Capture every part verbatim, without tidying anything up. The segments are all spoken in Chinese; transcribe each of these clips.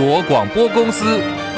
国广播公司。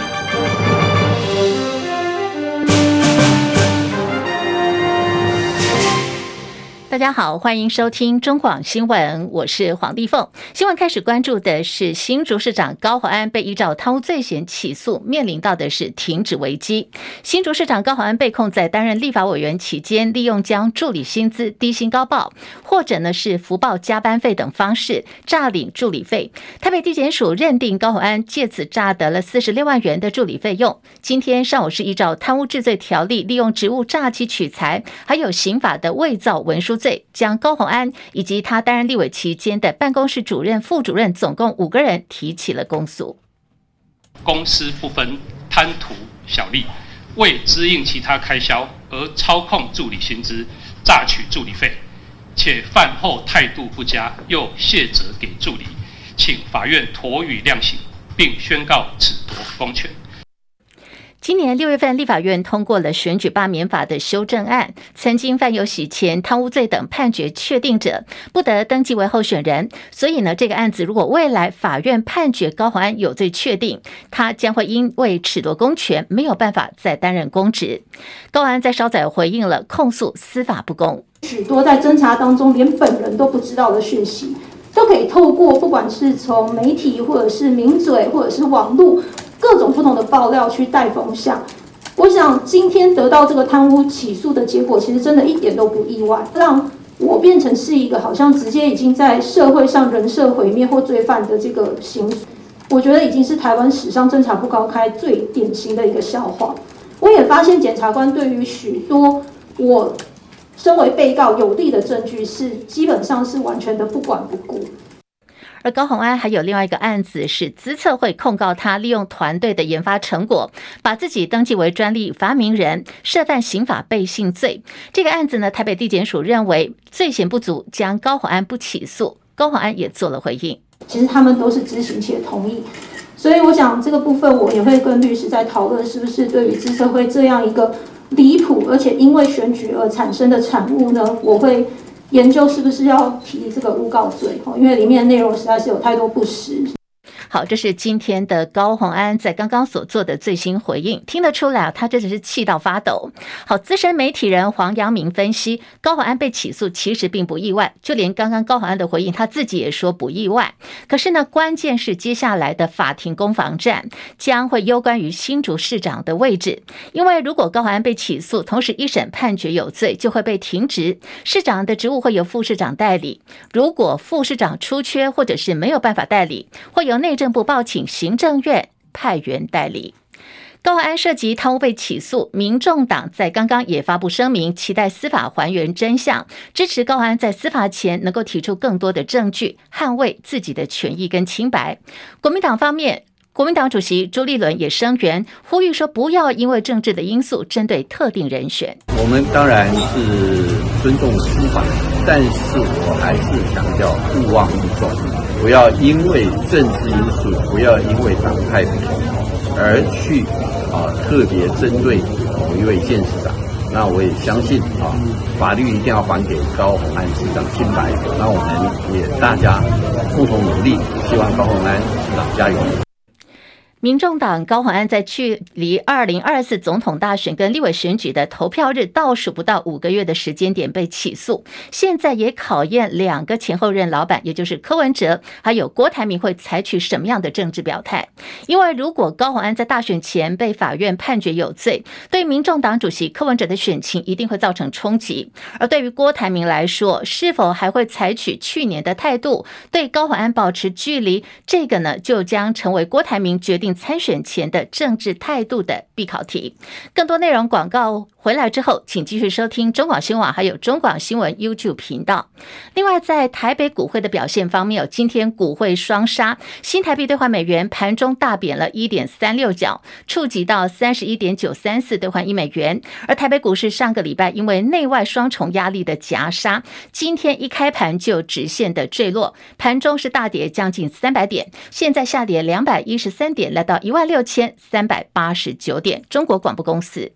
大家好，欢迎收听中广新闻，我是黄丽凤。新闻开始关注的是新竹市长高虹安被依照贪污罪嫌起诉，面临到的是停职危机。新竹市长高虹安被控在担任立法委员期间，利用将助理薪资低薪高报，或者呢是福报加班费等方式诈领助理费。台北地检署认定高虹安借此诈得了四十六万元的助理费用。今天上午是依照贪污治罪条例，利用职务诈欺取财，还有刑法的伪造文书罪，将高虹安以及他担任立委期间的办公室主任、副主任总共五个人提起了公诉。 公私不分，贪图小利，为支应其他开销而操控助理薪资，诈取助理费，且饭后态度不佳，又卸责给助理，请法院妥予量刑，并宣告褫夺公权。 今年六月份，立法院通过了选举罢免法的修正案，曾经犯有洗钱、贪污罪等判决确定者，不得登记为候选人。所以呢，这个案子如果未来法院判决高虹安有罪确定，他将会因为褫夺公权，没有办法再担任公职。高虹安在稍早回应了控诉司法不公， 许多在侦查当中连本人都不知道的讯息，都可以透过不管是从媒体，或者是名嘴，或者是网络。各种不同的爆料去带风向，我想今天得到这个贪污起诉的结果，其实真的一点都不意外，让我变成是一个好像直接已经在社会上人设毁灭或罪犯的这个行为，我觉得已经是台湾史上侦查不公开最典型的一个笑话。我也发现检察官对于许多我身为被告有利的证据，是基本上是完全的不管不顾。 而高虹安还有另外一个案子是资策会控告他利用团队的研发成果，把自己登记为专利发明人，涉犯刑法背信罪。这个案子呢，台北地检署认为罪嫌不足，将高虹安不起诉。高虹安也做了回应， 其实他们都是知情且同意，所以我想这个部分我也会跟律师在讨论，是不是对于资策会这样一个离谱而且因为选举而产生的产物呢，我会研究是不是要提这个诬告罪，因为里面的内容实在是有太多不实。 好，这是今天的高虹安在刚刚所做的最新回应，听得出来他真的是气到发抖。好，资深媒体人黄阳明分析，高虹安被起诉其实并不意外，就连刚刚高虹安的回应他自己也说不意外。可是呢，关键是接下来的法庭攻防战将会攸关于新竹市长的位置，因为如果高虹安被起诉，同时一审判决有罪，就会被停职，市长的职务会由副市长代理。如果副市长出缺或者是没有办法代理，会由内政部报请行政院派员代理。高虹安涉及贪污被起诉，民众党在刚刚也发布声明，期待司法还原真相，支持高虹安在司法前能够提出更多的证据，捍卫自己的权益跟清白。国民党方面，国民党主席朱立伦也声援，呼吁说不要因为政治的因素针对特定人选。 我们当然是尊重司法，但是我还是强调勿忘于众，不要因为政治因素，不要因为党派不同而去啊特别针对某一位县市长。那我也相信啊，法律一定要还给高虹安市长清白。那我们也大家共同努力，希望高虹安市长加油。 民众党高虹安在距离二零二四总统大选跟立委选举的投票日倒数不到五个月的时间点被起诉，现在也考验两个前后任老板，也就是柯文哲还有郭台铭会采取什么样的政治表态。因为如果高虹安在大选前被法院判决有罪，对民众党主席柯文哲的选情一定会造成冲击，而对于郭台铭来说，是否还会采取去年的态度，对高虹安保持距离，这个呢就将成为郭台铭决定参选前的政治态度的必考题。更多内容广告回来之后，请继续收听中广新闻网还有中广新闻 YouTube 频道。另外，在台北股汇的表现方面，有今天股汇双杀，新台币兑换美元盘中大贬了 一点三六角，触及到 三十一点九三四兑换一美元。而台北股市上个礼拜因为内外双重压力的夹杀，今天一开盘就直线的坠落，盘中是大跌将近三百点，现在下跌两百一十三点，来到一万六千三百八十九点。中国广播公司。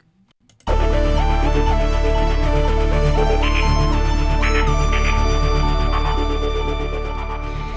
新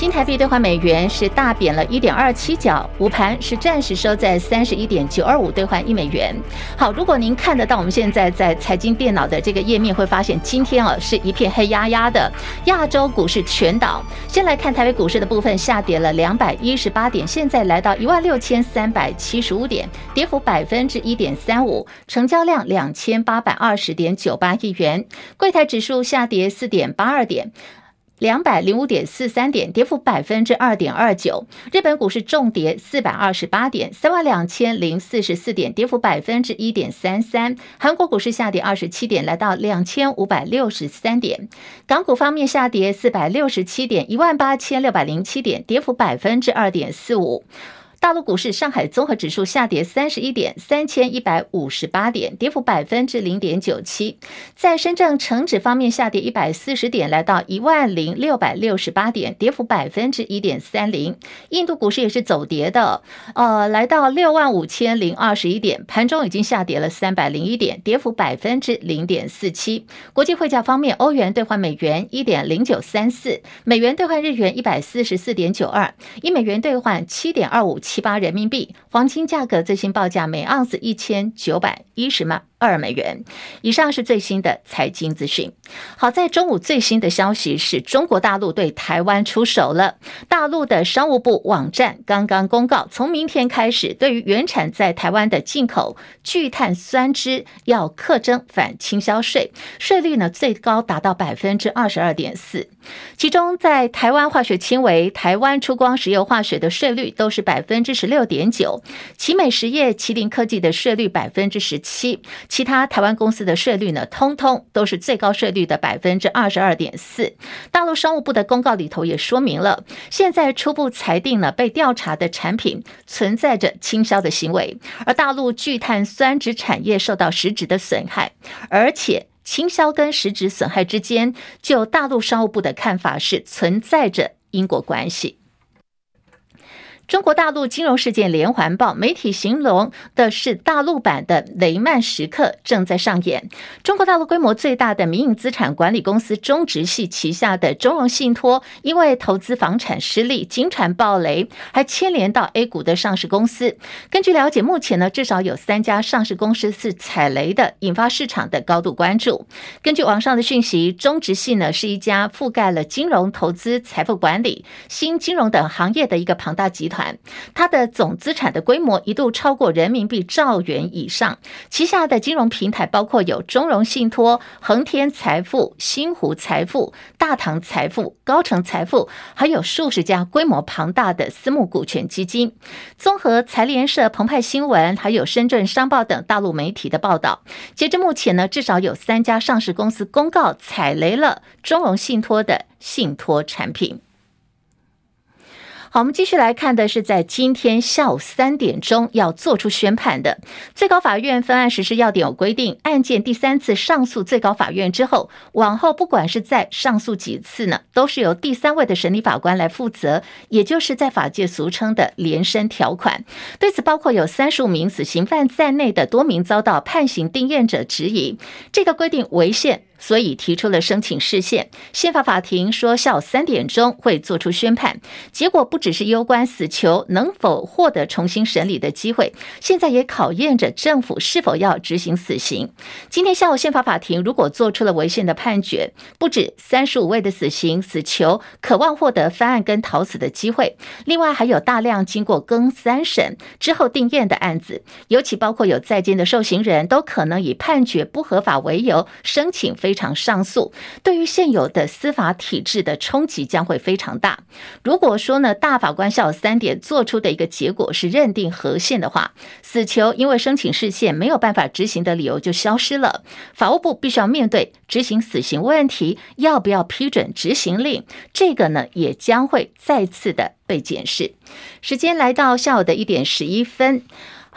新台币兑换美元是大贬了 一点二七 角，午盘是暂时收在 三十一点九二五兑换一美元。好，如果您看得到我们现在在财经电脑的这个页面，会发现今天啊是一片黑压压的，亚洲股市全倒。先来看台北股市的部分，下跌了两百一十八点，现在来到一万六千三百七十五点，跌幅百分之一点三五，成交量两千八百二十点九八亿元。柜台指数下跌四点八二点。两百零五点四三点，跌幅百分之二点二九。日本股市重跌四百二十八点，三万两千零四十四点，跌幅百分之一点三三。韩国股市下跌二十七点，来到两千五百六十三点。港股方面下跌四百六十七点，一万八千六百零七点，跌幅百分之二点四五。大陆股市，上海综合指数下跌三十一点，三千一百五十八点，跌幅百分之零点九七。在深圳成指方面下跌一百四十点，来到一万零六百六十八点，跌幅百分之一点三零。印度股市也是走跌的，呃，来到六万五千零二十一点，盘中已经下跌了三百零一点，跌幅百分之零点四七。国际汇价方面，欧元兑换美元一点零九三四，美元兑换日元一百四十四点九二，一美元兑换七点二五七八人民币。黄金价格最新报价每盎司一千九百一十二美元。以上是最新的财经资讯。好，在中午最新的消息是中国大陆对台湾出手了。大陆的商务部网站刚刚公告，从明天开始，对于原产在台湾的进口聚碳酸酯要课征反倾销税，税率呢最高达到百分之二十二点四。其中在台湾化学纤维、台湾出光石油化学的税率都是百分之十六点九，奇美实业、麒麟科技的税率百分之十七。其他台湾公司的税率呢，通通都是最高税率的百分之二十二点四。大陆商务部的公告里头也说明了，现在初步裁定呢，被调查的产品存在着倾销的行为，而大陆聚碳酸酯产业受到实质的损害，而且倾销跟实质损害之间，就大陆商务部的看法是存在着因果关系。中国大陆金融事件连环报，媒体形容的是大陆版的雷曼时刻正在上演。中国大陆规模最大的民营资产管理公司中植系旗下的中融信托，因为投资房产失利，经传暴雷，还牵连到 A 股的上市公司。根据了解，目前呢至少有三家上市公司是踩雷的，引发市场的高度关注。根据网上的讯息，中植系呢是一家覆盖了金融、投资、财富管理、新金融等行业的一个庞大集团。它的总资产的规模一度超过人民币兆元以上，旗下的金融平台包括有中融信托、恒天财富、新湖财富、大唐财富、高成财富，还有数十家规模庞大的私募股权基金。综合财联社、澎湃新闻还有深圳商报等大陆媒体的报道，截至目前呢，至少有三家上市公司公告踩雷了中融信托的信托产品。好，我们继续来看的是在今天下午三点钟要做出宣判的最高法院分案实施要点有规定，案件第三次上诉最高法院之后，往后不管是再上诉几次呢，都是由第三位的审理法官来负责，也就是在法界俗称的连申条款。对此，包括有三十五名死刑犯在内的多名遭到判刑定验者质疑这个规定违宪，所以提出了申请释宪。宪法法庭说下午三点钟会做出宣判，结果不只是攸关死囚能否获得重新审理的机会，现在也考验着政府是否要执行死刑。今天下午宪法法庭如果做出了违宪的判决，不止三十五位的死刑死囚渴望获得翻案跟逃死的机会，另外还有大量经过更三审之后定验的案子，尤其包括有在监的受刑人都可能以判决不合法为由申请非常上诉，对于现有的司法体制的冲击将会非常大。如果说呢，大法官下午三点做出的一个结果是认定合宪的话，死囚因为申请释宪没有办法执行的理由就消失了，法务部必须要面对执行死刑问题，要不要批准执行令，这个呢也将会再次的被检视。时间来到下午的一点十一分。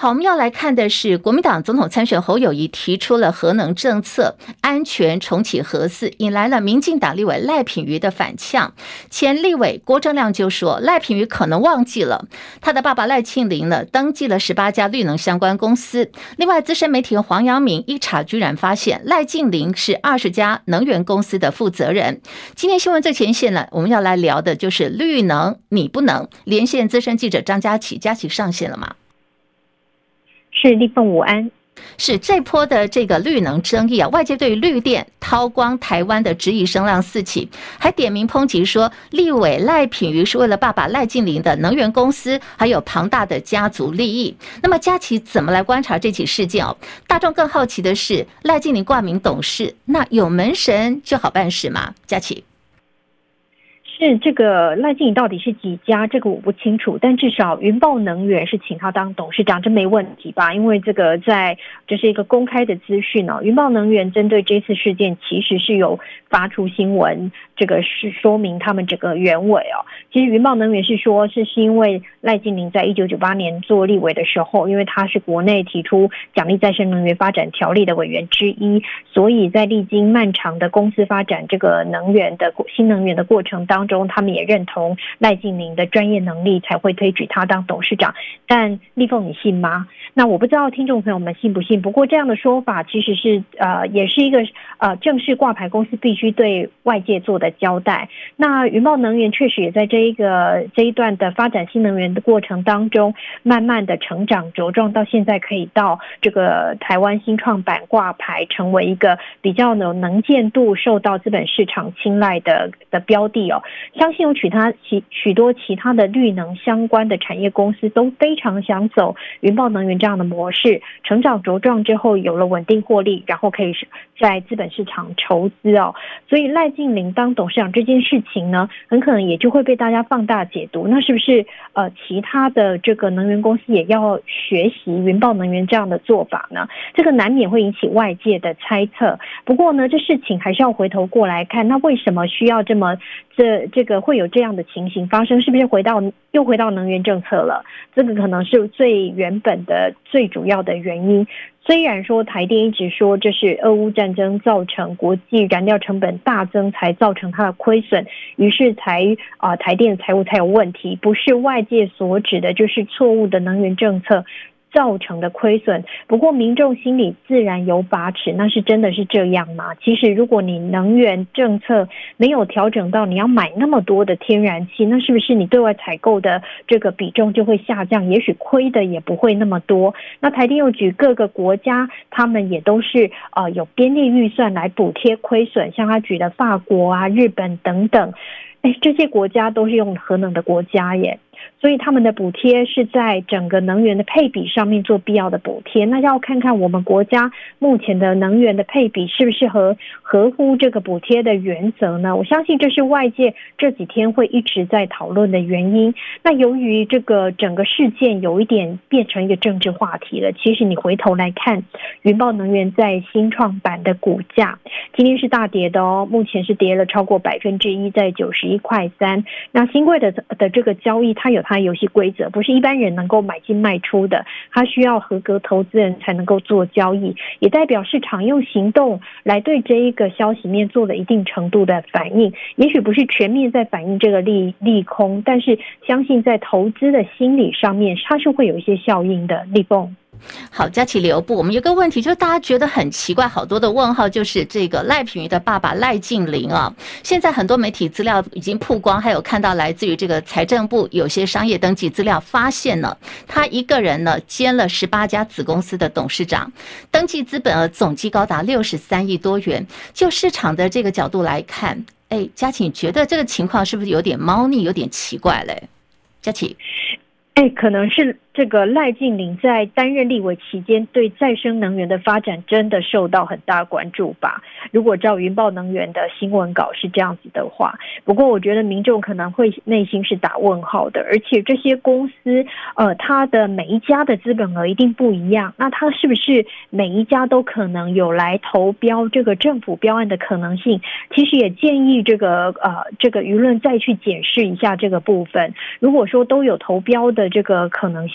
好，我们要来看的是国民党总统参选侯友宜提出了核能政策，安全重启核四，引来了民进党立委赖品妤的反呛。前立委郭正亮就说，赖品妤可能忘记了他的爸爸赖庆林呢登记了十八家绿能相关公司。另外，资深媒体黄阳明一查居然发现赖庆林是二十家能源公司的负责人。今天新闻最前线呢，我们要来聊的就是绿能你不能。连线资深记者张佳琪，佳琪上线了吗？ 是，立凤午安。 是这波的这个绿能争议啊，外界对于绿电掏光台湾的质疑声浪四起，还点名抨击说立委赖品妤是为了爸爸赖庆林的能源公司还有庞大的家族利益。那么佳琪怎么来观察这起事件哦？大众更好奇的是赖庆林挂名董事，那有门神就好办事吗？佳琪。 是这个赖庆林到底是几家？这个我不清楚，但至少云豹能源是请他当董事长，这没问题吧？因为这个在这是一个公开的资讯哦。云豹能源针对这次事件其实是有发出新闻，这个是说明他们整个原委哦。其实云豹能源是说，是是因为赖庆林在一九九八年做立委的时候，因为他是国内提出奖励再生能源发展条例的委员之一，所以在历经漫长的公司发展这个能源的新能源的过程当中，他们也认同赖庆林的专业能力，才会推举他当董事长。但立凤你信吗？那我不知道听众朋友们信不信。不过这样的说法其实是呃也是一个呃正式挂牌公司必须对外界做的交代。那云豹能源确实也在这一个这一段的发展新能源的过程当中，慢慢的成长茁壮，到现在可以到这个台湾新创板挂牌，成为一个比较有能见度、受到资本市场青睐的的标的哦。相信有许他其许多其他的绿能相关的产业公司都非常想走云豹能源这样的模式，成长茁壮之后有了稳定获利，然后可以在资本市场筹资哦。所以赖庆林当董事长这件事情呢，很可能也就会被大家放大解读。那是不是呃其他的这个能源公司也要学习云豹能源这样的做法呢？这个难免会引起外界的猜测。不过呢，这事情还是要回头过来看，那为什么需要这么这这个会有这样的情形发生？是不是回到又回到能源政策了？这个可能是最原本的最主要的原因。虽然说台电一直说这是俄乌战争造成国际燃料成本大增才造成它的亏损，于是才啊、呃、台电的财务才有问题，不是外界所指的就是错误的能源政策造成的亏损。不过民众心里自然有把尺，那是真的是这样吗？其实如果你能源政策没有调整到你要买那么多的天然气，那是不是你对外采购的这个比重就会下降？也许亏的也不会那么多。那台电又举各个国家，他们也都是呃有编列预算来补贴亏损，像他举的法国啊、日本等等，哎，这些国家都是用核能的国家耶。所以他们的补贴是在整个能源的配比上面做必要的补贴，那要看看我们国家目前的能源的配比是不是合合乎这个补贴的原则呢？我相信这是外界这几天会一直在讨论的原因。那由于这个整个事件有一点变成一个政治话题了，其实你回头来看云豹能源在新创板的股价今天是大跌的哦，目前是跌了超过百分之一，在九十一块三。那新贵的的这个交易它有它的游戏规则，不是一般人能够买进卖出的，它需要合格投资人才能够做交易，也代表市场用行动来对这一个消息面做了一定程度的反应。也许不是全面在反映这个利利空，但是相信在投资的心理上面它是会有一些效应的。立凤。 好，佳琪留步。我们有个问题，就是大家觉得很奇怪，好多的问号，就是这个赖品妤的爸爸赖庆林啊，现在很多媒体资料已经曝光，还有看到来自于这个财政部有些商业登记资料，发现了他一个人呢兼了十八家子公司的董事长，登记资本额总计高达六十三亿多元。就市场的这个角度来看，哎，佳琪，你觉得这个情况是不是有点猫腻，有点奇怪嘞？佳琪。 哎，可能是这个赖庆林在担任立委期间对再生能源的发展真的受到很大关注吧。如果照云豹能源的新闻稿是这样子的话，不过我觉得民众可能会内心是打问号的。而且这些公司呃，它的每一家的资本额一定不一样，那它是不是每一家都可能有来投标这个政府标案的可能性？其实也建议这个呃这个舆论再去检视一下这个部分。如果说都有投标的这个可能性，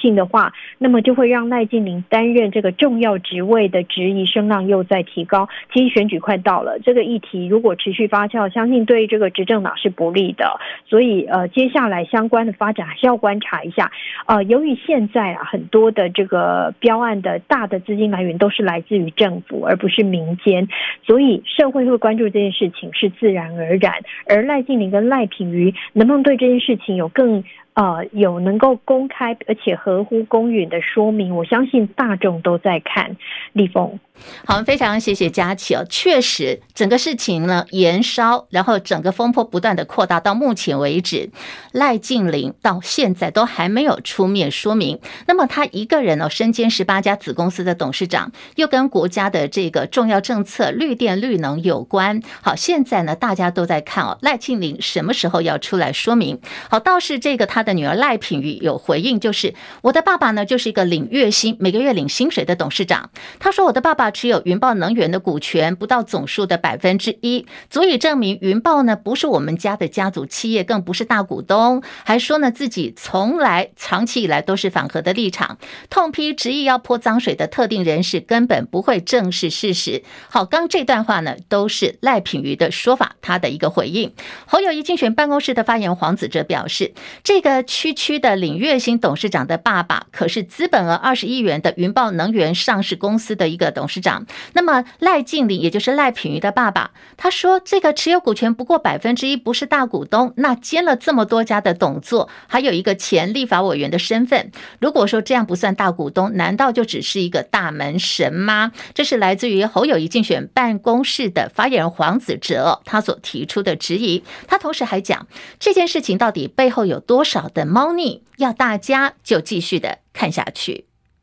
性的话，那么就会让赖清玲担任这个重要职位的质疑声浪又在提高。其实选举快到了，这个议题如果持续发酵，相信对这个执政党是不利的。所以呃，接下来相关的发展还是要观察一下。呃，由于现在啊很多的这个标案的大的资金来源都是来自于政府，而不是民间，所以社会会关注这件事情是自然而然。而赖清玲跟赖品妤能不能对这件事情有更呃，有能够公开而且合乎公允的说明，我相信大众都在看。立峰， 好，非常谢谢佳琪哦。确实，整个事情呢延烧，然后整个风波不断的扩大，到目前为止，赖净玲到现在都还没有出面说明。那么他一个人哦，身兼十八家子公司的董事长，又跟国家的这个重要政策绿电绿能有关。好，现在呢大家都在看哦，赖净玲什么时候要出来说明？好，倒是这个他的女儿赖品妤有回应，就是我的爸爸呢就是一个领月薪每个月领薪水的董事长。他说我的爸爸持有云豹能源的股权不到总数的百分之一，足以证明云豹呢不是我们家的家族企业，更不是大股东。还说呢自己从来长期以来都是反核的立场，痛批执意要泼脏水的特定人士根本不会正视事实。好，刚这段话呢都是赖品妤的说法，他的一个回应。侯友宜竞选办公室的发言人黄子哲表示，这个区区的领月薪董事长的爸爸可是资本额二十亿元的云豹能源上市公司的一个董事长。那么赖净玲也就是赖品妤的爸爸，他说这个持有股权不过百分之一，不是大股东，那兼了这么多家的董座，还有一个前立法委员的身份，如果说这样不算大股东，难道就只是一个大门神吗？这是来自于侯友宜竞选办公室的发言人黄子哲他所提出的质疑。他同时还讲，这件事情到底背后有多少的猫腻，要大家就继续的看下去。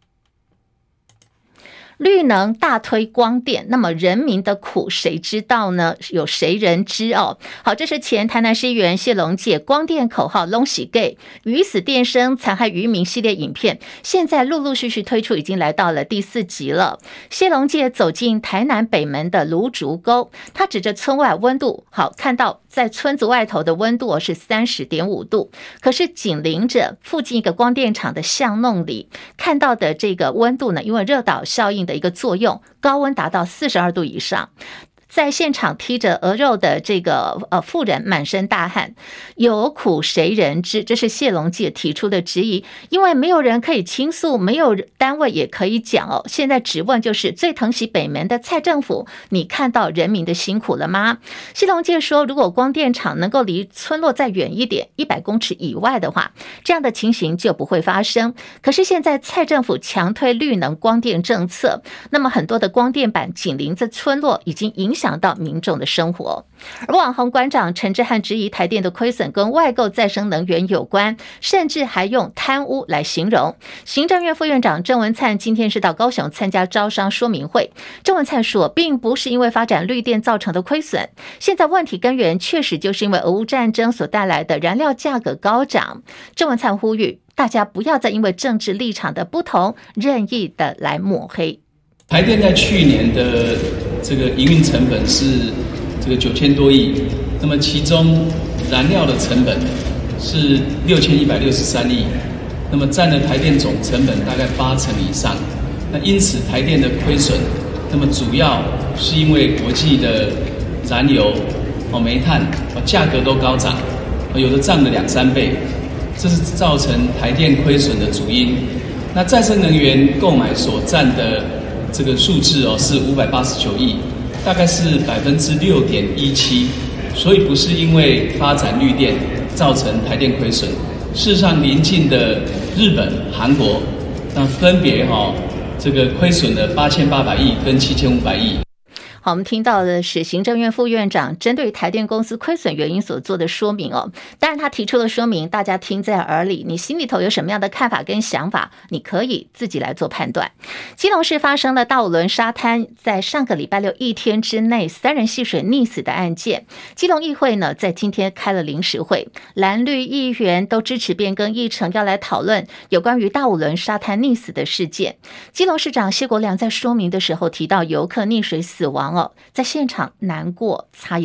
绿能大推光电，那么人民的苦谁知道呢？有谁人知哦？好，这是前台南市议员谢龙介光电口号拢喜 gay 鱼死电生残害渔民系列影片，现在陆陆续续推出，已经来到了第四集了。谢龙介走进台南北门的芦竹沟，他指着村外温度，好，看到在村子外头的温度是 三十点五度，可是紧邻着附近一个光电厂的巷弄里看到的这个温度呢，因为热岛效应的一个作用，高温达到四十二度以上。在现场踢着鹅肉的这个呃妇人满身大汗，有苦谁人知？这是谢龙介提出的质疑，因为没有人可以倾诉，没有单位也可以讲哦。现在质问就是最疼惜北门的蔡政府，你看到人民的辛苦了吗？谢龙介说，如果光电厂能够离村落再远一点，一百公尺以外的话，这样的情形就不会发生。可是现在蔡政府强推绿能光电政策，那么很多的光电板紧邻着村落，已经影响想到民众的生活。而网红馆长陈之汉质疑台电的亏损跟外购再生能源有关，甚至还用贪污来形容。行政院副院长郑文灿今天是到高雄参加招商说明会，郑文灿说并不是因为发展绿电造成的亏损，现在问题根源确实就是因为俄乌战争所带来的燃料价格高涨。郑文灿呼吁大家不要再因为政治立场的不同任意的来抹黑。 台电在去年的这个营运成本是这个九千多亿，那么其中燃料的成本是六千一百六十三亿，那么占了台电总成本大概八成以上。那因此台电的亏损，那么主要是因为国际的燃油、哦煤炭、哦价格都高涨，有的涨了两三倍，这是造成台电亏损的主因。那再生能源购买所占的这个数字哦是五百八十九亿，大概是百分之六点一七，所以不是因为发展绿电造成台电亏损。事实上，邻近的日本、韩国，那分别哈、哦、这个亏损了八千八百亿跟七千五百亿。 好，我们听到的是行政院副院长针对台电公司亏损原因所做的说明哦。当然他提出的说明大家听在耳里，你心里头有什么样的看法跟想法，你可以自己来做判断。基隆市发生了大武仑沙滩在上个礼拜六一天之内三人戏水溺死的案件，基隆议会呢在今天开了临时会，蓝绿议员都支持变更议程，要来讨论有关于大武仑沙滩溺死的事件。基隆市长谢国良在说明的时候提到游客溺水死亡在现场难过擦眼泪。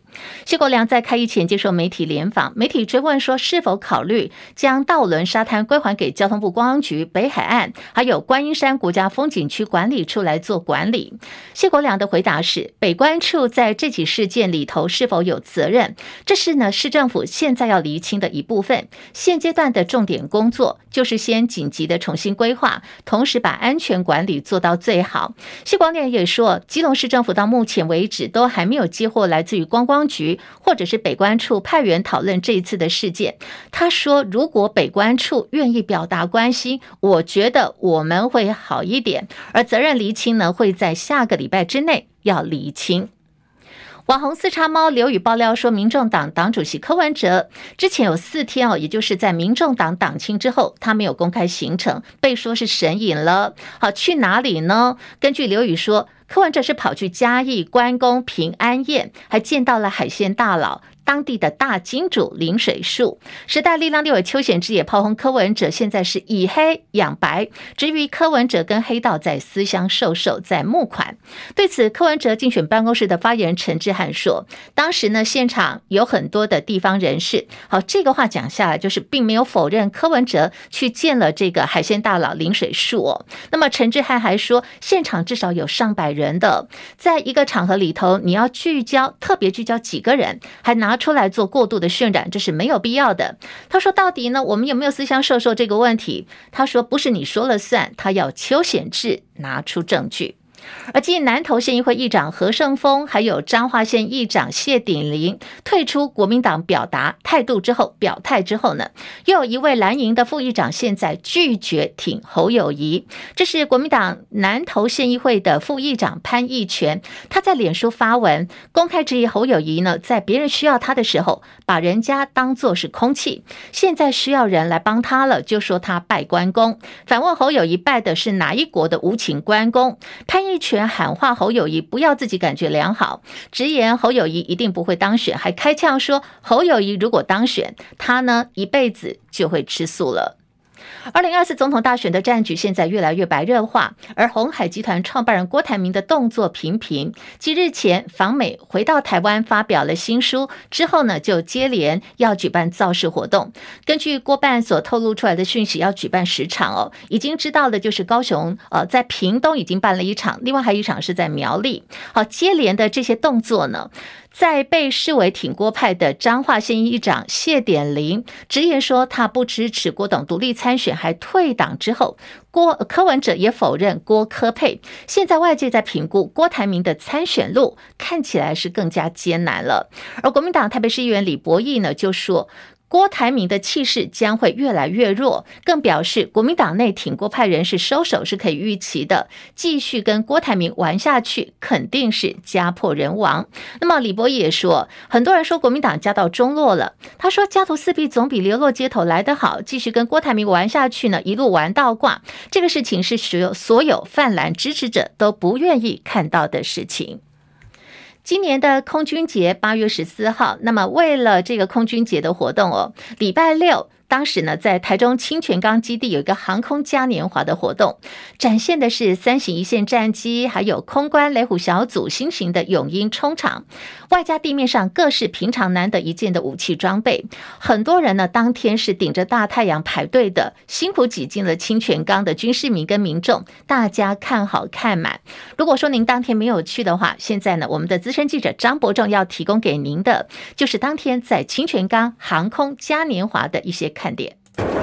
谢国良在开议前接受媒体联访，媒体追问说是否考虑将道伦沙滩归还给交通部观光局、北海岸还有观音山国家风景区管理处来做管理。谢国良的回答是，北观处在这起事件里头是否有责任，这是呢市政府现在要厘清的一部分。现阶段的重点工作就是先紧急的重新规划，同时把安全管理做到最好。谢国良也说，基隆市政府到目前为止都还没有接获来自于观光局或者是北观处派员讨论这一次的事件。他说，如果北观处愿意表达关心，我觉得我们会好一点，而责任厘清呢，会在下个礼拜之内要厘清。网红四叉猫刘宇爆料说，民众党党主席柯文哲之前有四天哦，也就是在民众党党庆之后，他没有公开行程，被说是神隐了。好，去哪里呢？根据刘宇说，柯文哲是跑去嘉义关公平安宴，还见到了海鲜大佬当地的大金主林水树。时代力量立委邱显智也炮轰柯文哲现在是以黑养白，至于柯文哲跟黑道在私相授受，在募款。对此，柯文哲竞选办公室的发言人陈志汉说，当时呢现场有很多的地方人士，好，这个话讲下来就是并没有否认柯文哲去见了这个海鲜大佬林水树哦。那么陈志汉还说，现场至少有上百人的，在一个场合里头，你要聚焦特别聚焦几个人，还拿出来做过度的渲染，这是没有必要的。他说到底呢，我们有没有私相授受这个问题，他说不是你说了算，他要邱显智拿出证据。而继南投县议会议长何胜峰还有彰化县议长谢鼎林退出国民党表达态度之后表态之后呢，又有一位蓝营的副议长现在拒绝挺侯友宜。这是国民党南投县议会的副议长潘义全，他在脸书发文公开质疑侯友宜呢，在别人需要他的时候把人家当作是空气，现在需要人来帮他了，就说他拜关公，反问侯友宜拜的是哪一国的无情关公。潘义全喊话侯友宜不要自己感觉良好，直言侯友宜一定不会当选，还开呛说侯友宜如果当选，他呢一辈子就会吃素了。二零二四总统大选的战局现在越来越白热化，而鸿海集团创办人郭台铭的动作频频。继日前访美回到台湾发表了新书之后呢，就接连要举办造势活动。根据郭办所透露出来的讯息，要举办十场哦。已经知道的就是高雄呃，在屏东已经办了一场，另外还有一场是在苗栗。好，接连的这些动作呢，在被视为挺郭派的彰化县议长谢典林直言说他不支持郭董独立参选还退党之后，郭柯文哲也否认郭柯配。现在外界在评估郭台铭的参选路看起来是更加艰难了。而国民党台北市议员李博毅呢就说，郭台铭的气势将会越来越弱，更表示国民党内挺郭派人士收手是可以预期的，继续跟郭台铭玩下去肯定是家破人亡。那么李博毅也说，很多人说国民党家道中落了，他说家徒四壁总比流落街头来得好，继续跟郭台铭玩下去呢，一路玩到挂，这个事情是所有所有泛蓝支持者都不愿意看到的事情。今年的空军节八月十四号，那么为了这个空军节的活动哦，礼拜六当时呢，在台中清泉岗基地有一个航空嘉年华的活动，展现的是三型一线战机，还有空关雷虎小组新型的勇鹰冲场，外加地面上各式平常难得一见的武器装备。很多人呢，当天是顶着大太阳排队的，辛苦挤进了清泉岗的军事迷跟民众，大家看好看满。如果说您当天没有去的话，现在呢，我们的资深记者张伯仲要提供给您的，就是当天在清泉岗航空嘉年华的一些看点。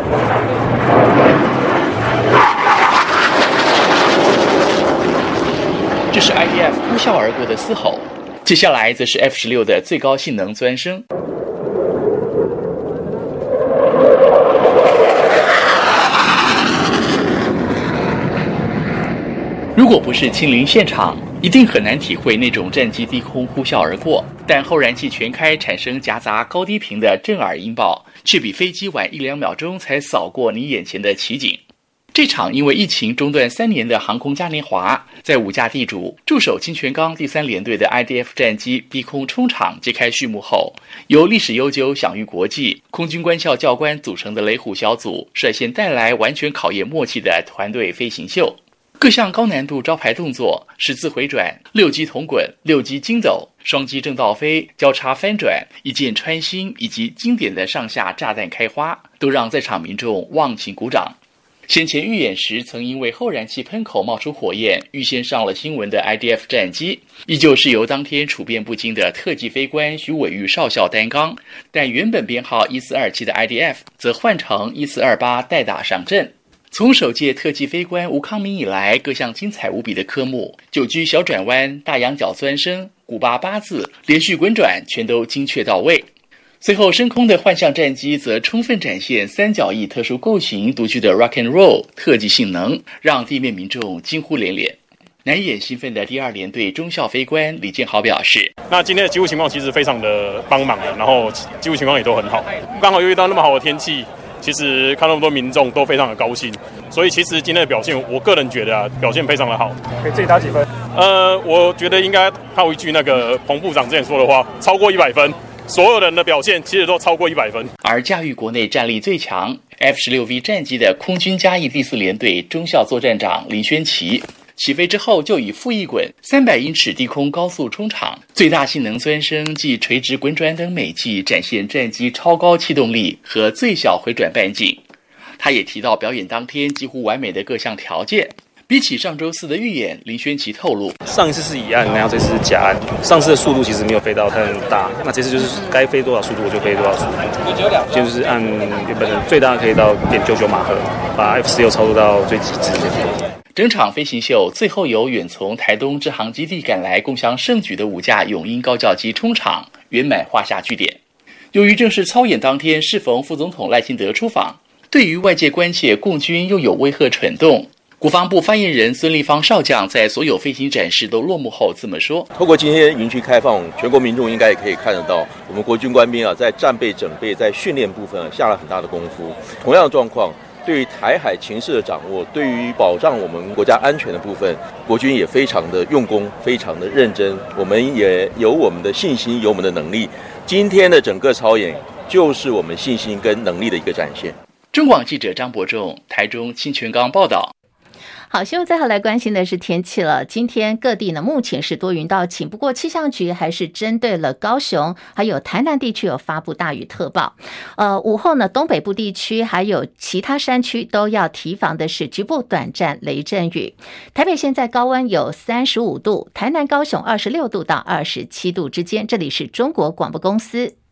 这是 I D F 呼啸而过的嘶吼，接下来则是 F 十六 的最高性能钻声。如果不是亲临现场，一定很难体会那种战机低空呼啸而过，但后燃器全开产生夹杂高低频的震耳音爆，却比飞机晚一两秒钟才扫过你眼前的奇景。这场因为疫情中断三年的航空嘉年华，在五架地主驻守清泉岗第三联队的 I D F 战机低空冲场揭开序幕后，由历史悠久、享誉国际空军官校教官组成的雷虎小组率先带来完全考验默契的团队飞行秀。各项高难度招牌动作，十字回转、六击铜滚、六击筋斗， 双机正倒飞、交叉翻转、一箭穿心以及经典的上下炸弹开花，都让在场民众忘情鼓掌。先前预演时曾因为后燃气喷口冒出火焰，预先上了新闻的 I D F 战机，依旧是由当天处变不惊的特技飞官徐伟玉少校担纲，但原本编号一四二七的 I D F 则换成一四二八代打上阵。从首届特技飞官吴康明以来，各项精彩无比的科目，九居小转弯、大仰角钻升、古巴八字、连续滚转，全都精确到位。随后升空的幻象战机则充分展现三角翼特殊构型独具的 rock and roll 特技性能，让地面民众惊呼连连。难掩兴奋的第二联队中校飞官李建豪表示， 那今天的机务情况其实非常的帮忙的，然后机务情况也都很好，刚好又遇到那么好的天气，其实看那么多民众都非常的高兴，所以其实今天的表现我个人觉得啊，表现非常的好。 给自己打几分？ 呃，我觉得应该套一句那个彭部长之前说的话，超过一百分。所有人的表现其实都超过一百分。 而驾驭国内战力最强 F 十六 V 战机的空军嘉义第四联队中校作战长林宣琪，起飞之后就以负翼滚、三百英尺低空高速冲场、最大性能钻升及垂直滚转等美技，展现战机超高气动力和最小回转半径。他也提到表演当天几乎完美的各项条件。比起上周四的预演，林宣琪透露， 上一次是乙案，然后这次是甲案。上次的速度其实没有飞到太大，那这次就是该飞多少速度我就飞多少速度，就是按原本的最大可以到点九九马赫，把 F 十六操作到最极致。 整场飞行秀最后由远从台东支航基地赶来共襄盛举的五架永鹰高教机冲场，圆满画下句点。由于正式操演当天适逢副总统赖清德出访，对于外界关切共军又有威吓蠢动，国防部发言人孙立方少将在所有飞行展示都落幕后这么说： 透过今天营区开放，全国民众应该也可以看得到，我们国军官兵啊，在战备整备、在训练部分、啊、下了很大的功夫。同样的状况，对于台海情势的掌握，对于保障我们国家安全的部分，国军也非常的用功，非常的认真。我们也有我们的信心，有我们的能力。今天的整个操演，就是我们信心跟能力的一个展现。 中广记者张伯仲，台中清泉岗报道。 好，新闻最后来关心的是天气了。今天各地呢目前是多云到晴，不过气象局还是针对了高雄还有台南地区有发布大雨特报。呃，午后呢东北部地区还有其他山区都要提防的是局部短暂雷阵雨。台北现在高温有三十五度，台南高雄二十六度到二十七度之间。这里是中国广播公司。